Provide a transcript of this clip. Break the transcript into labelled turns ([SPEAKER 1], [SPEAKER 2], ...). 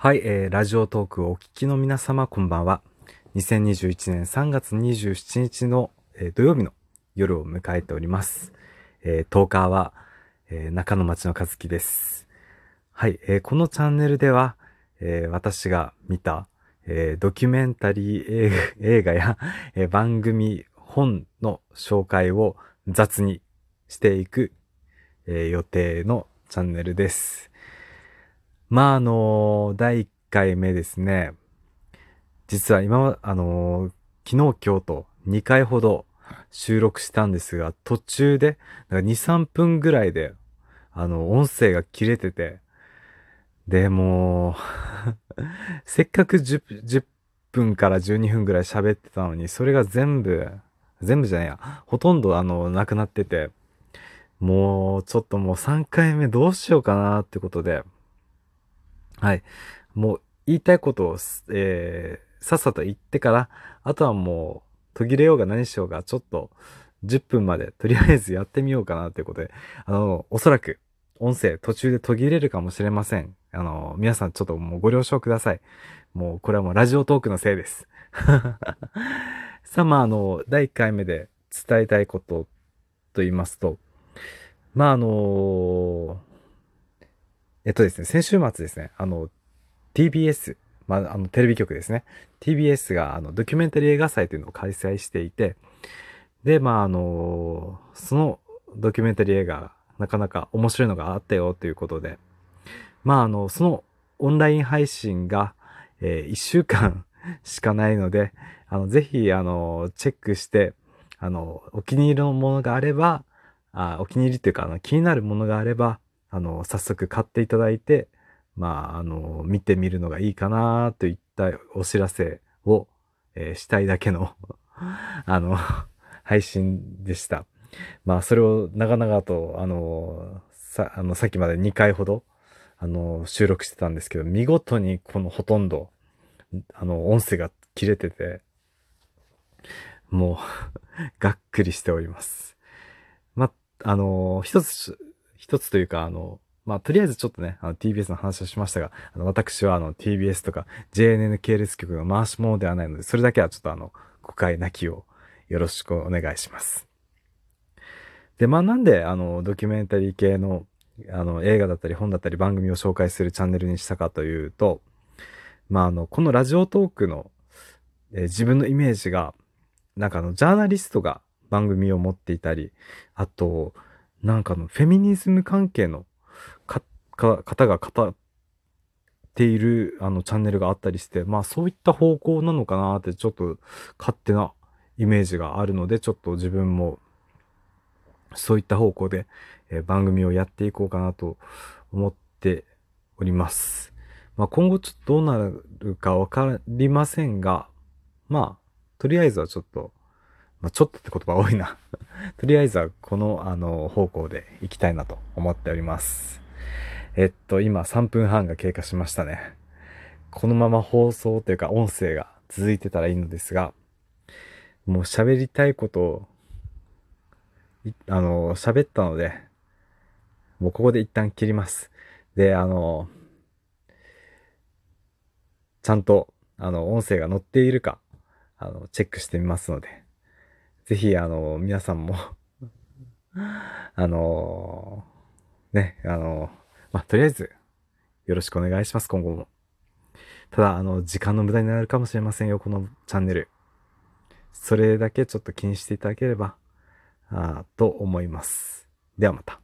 [SPEAKER 1] はい、ラジオトークをお聞きの皆様、こんばんは。2021年3月27日の、土曜日の夜を迎えております。10日は、中野町の和樹です。はい、このチャンネルでは、私が見た、ドキュメンタリー映画や、番組、本の紹介を雑にしていく、予定のチャンネルです。第1回目ですね。実は今は、昨日今日と2回ほど収録したんですが、途中で、2、3分ぐらいで、音声が切れてて、で、もうせっかく10分から12分ぐらい喋ってたのに、それが全部じゃないや、ほとんどなくなってて、もう、ちょっともう3回目どうしようかなってことで、はい。もう言いたいことをさっさと言ってから、あとはもう途切れようが何しようが、ちょっと10分までとりあえずやってみようかなということで、おそらく音声途中で途切れるかもしれません。皆さんちょっともうご了承ください。もうこれはもうラジオトークのせいです。さあ、第1回目で伝えたいことと言いますと、まあ、あのですね、先週末ですね、TBS、テレビ局ですね。TBS が、ドキュメンタリー映画祭というのを開催していて、で、そのドキュメンタリー映画、なかなか面白いのがあったよということで、そのオンライン配信が、1週間しかないので、ぜひ、チェックして、お気に入りのものがあれば、お気に入りというか、気になるものがあれば、早速買っていただいて、見てみるのがいいかなといったお知らせを、したいだけの配信でした。それを長々と、さっきまで2回ほど、収録してたんですけど、見事にこのほとんど、音声が切れてて、もうがっくりしております。ま、一つというか、とりあえずちょっとね、TBS の話をしましたが、私はTBS とか JNN 系列局の回し者ではないので、それだけはちょっと誤解なきをよろしくお願いします。で、なんで、ドキュメンタリー系の、映画だったり本だったり番組を紹介するチャンネルにしたかというと、このラジオトークの、自分のイメージが、ジャーナリストが番組を持っていたり、あと、フェミニズム関係の方が語っている、チャンネルがあったりして、そういった方向なのかなって、ちょっと勝手なイメージがあるので、ちょっと自分も、そういった方向で、番組をやっていこうかなと思っております。今後ちょっとどうなるかわかりませんが、とりあえずはちょっと、ちょっとって言葉多いな。とりあえずはこの、方向で行きたいなと思っております。今3分半が経過しましたね。このまま放送というか音声が続いてたらいいのですが、もう喋りたいことを、喋ったので、もうここで一旦切ります。で、ちゃんと、音声が載っているか、チェックしてみますので、ぜひ、皆さんもあのね、とりあえず、よろしくお願いします、今後も。ただ、時間の無駄になるかもしれませんよ、このチャンネル。それだけちょっと気にしていただければ、と思います。ではまた。